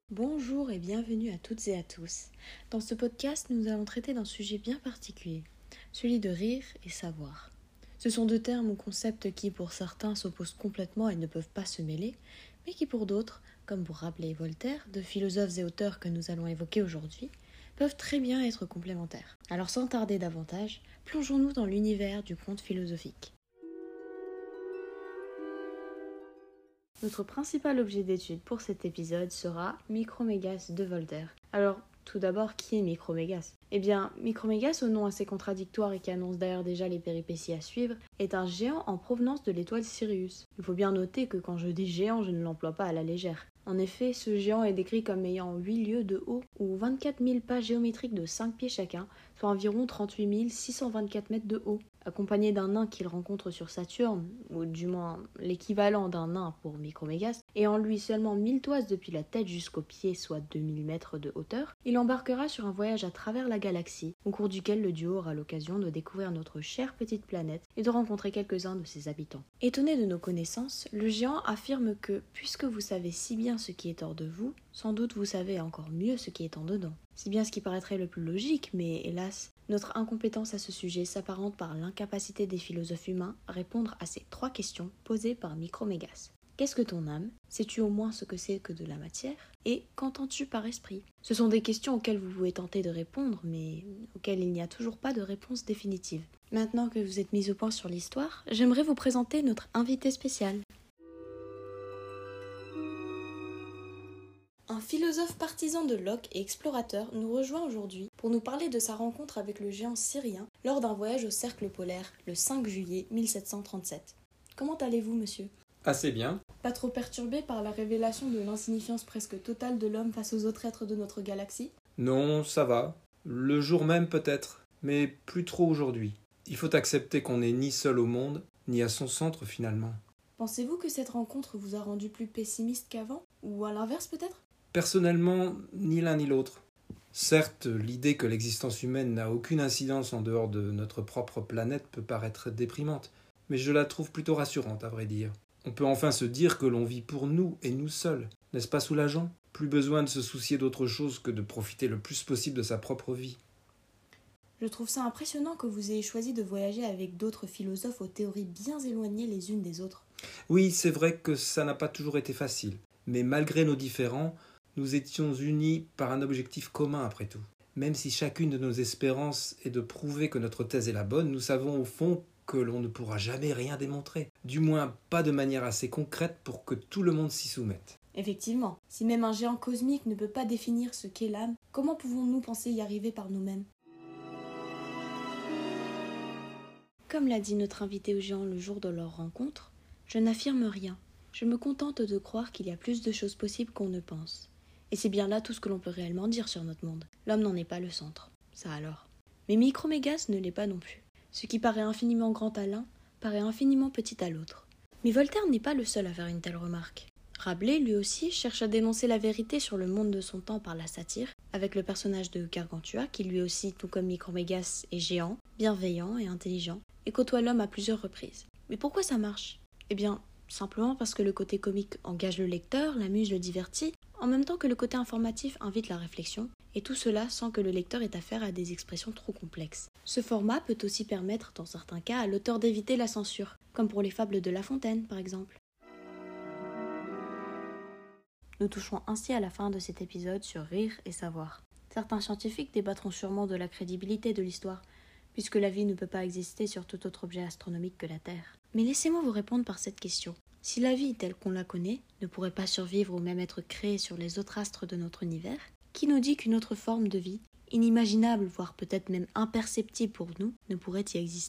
Bonjour et bienvenue à toutes et à tous. Dans ce podcast, nous allons traiter d'un sujet bien particulier, celui de rire et savoir. Ce sont deux termes ou concepts qui, pour certains, s'opposent complètement et ne peuvent pas se mêler, mais qui pour d'autres, comme pour Rabelais et Voltaire, deux philosophes et auteurs que nous allons évoquer aujourd'hui, peuvent très bien être complémentaires. Alors sans tarder davantage, plongeons-nous dans l'univers du conte philosophique. Notre principal objet d'étude pour cet épisode sera Micromégas de Voltaire. Alors, tout d'abord, qui est Micromégas ? Eh bien, Micromégas, au nom assez contradictoire et qui annonce d'ailleurs déjà les péripéties à suivre, est un géant en provenance de l'étoile Sirius. Il faut bien noter que quand je dis géant, je ne l'emploie pas à la légère. En effet, ce géant est décrit comme ayant 8 lieues de haut ou 24 000 pas géométriques de 5 pieds chacun, soit environ 38 624 mètres de haut. Accompagné d'un nain qu'il rencontre sur Saturne, ou du moins l'équivalent d'un nain pour Micromégas, et en lui seulement 1000 toises depuis la tête jusqu'aux pieds, soit 2000 mètres de hauteur, il embarquera sur un voyage à travers la galaxie, au cours duquel le duo aura l'occasion de découvrir notre chère petite planète et de rencontrer quelques-uns de ses habitants. Étonné de nos connaissances, le géant affirme que, puisque vous savez si bien ce qui est hors de vous, sans doute vous savez encore mieux ce qui est en dedans. C'est bien ce qui paraîtrait le plus logique, mais hélas, notre incompétence à ce sujet s'apparente par l'incapacité des philosophes humains à répondre à ces 3 questions posées par Micromégas. Qu'est-ce que ton âme ? Sais-tu au moins ce que c'est que de la matière ? Et qu'entends-tu par esprit ? Ce sont des questions auxquelles vous pouvez tenter de répondre, mais auxquelles il n'y a toujours pas de réponse définitive. Maintenant que vous êtes mis au point sur l'histoire, j'aimerais vous présenter notre invité spécial. Un philosophe partisan de Locke et explorateur nous rejoint aujourd'hui pour nous parler de sa rencontre avec le géant syrien lors d'un voyage au cercle polaire le 5 juillet 1737. Comment allez-vous, monsieur ? Assez bien. Pas trop perturbé par la révélation de l'insignifiance presque totale de l'homme face aux autres êtres de notre galaxie ? Non, ça va. Le jour même peut-être, mais plus trop aujourd'hui. Il faut accepter qu'on n'est ni seul au monde, ni à son centre finalement. Pensez-vous que cette rencontre vous a rendu plus pessimiste qu'avant ? Ou à l'inverse peut-être ? Personnellement, ni l'un ni l'autre. Certes, l'idée que l'existence humaine n'a aucune incidence en dehors de notre propre planète peut paraître déprimante, mais je la trouve plutôt rassurante à vrai dire. On peut enfin se dire que l'on vit pour nous et nous seuls. N'est-ce pas soulageant ? Plus besoin de se soucier d'autre chose que de profiter le plus possible de sa propre vie. Je trouve ça impressionnant que vous ayez choisi de voyager avec d'autres philosophes aux théories bien éloignées les unes des autres. Oui, c'est vrai que ça n'a pas toujours été facile, mais malgré nos différends, nous étions unis par un objectif commun après tout. Même si chacune de nos espérances est de prouver que notre thèse est la bonne, nous savons au fond que l'on ne pourra jamais rien démontrer. Du moins pas de manière assez concrète pour que tout le monde s'y soumette. Effectivement, si même un géant cosmique ne peut pas définir ce qu'est l'âme, comment pouvons-nous penser y arriver par nous-mêmes ? Comme l'a dit notre invité au géant le jour de leur rencontre, je n'affirme rien. Je me contente de croire qu'il y a plus de choses possibles qu'on ne pense. Et c'est bien là tout ce que l'on peut réellement dire sur notre monde. L'homme n'en est pas le centre. Ça alors. Mais Micromégas ne l'est pas non plus. Ce qui paraît infiniment grand à l'un, paraît infiniment petit à l'autre. Mais Voltaire n'est pas le seul à faire une telle remarque. Rabelais, lui aussi, cherche à dénoncer la vérité sur le monde de son temps par la satire, avec le personnage de Gargantua, qui lui aussi, tout comme Micromégas, est géant, bienveillant et intelligent, et côtoie l'homme à plusieurs reprises. Mais pourquoi ça marche ? Eh bien, simplement parce que le côté comique engage le lecteur, l'amuse, le divertit, en même temps que le côté informatif invite la réflexion, et tout cela sans que le lecteur ait affaire à des expressions trop complexes. Ce format peut aussi permettre, dans certains cas, à l'auteur d'éviter la censure, comme pour les fables de La Fontaine, par exemple. Nous toucherons ainsi à la fin de cet épisode sur rire et savoir. Certains scientifiques débattront sûrement de la crédibilité de l'histoire, puisque la vie ne peut pas exister sur tout autre objet astronomique que la Terre. Mais laissez-moi vous répondre par cette question. Si la vie, telle qu'on la connaît, ne pourrait pas survivre ou même être créée sur les autres astres de notre univers, qui nous dit qu'une autre forme de vie, inimaginable, voire peut-être même imperceptible pour nous, ne pourrait y exister ?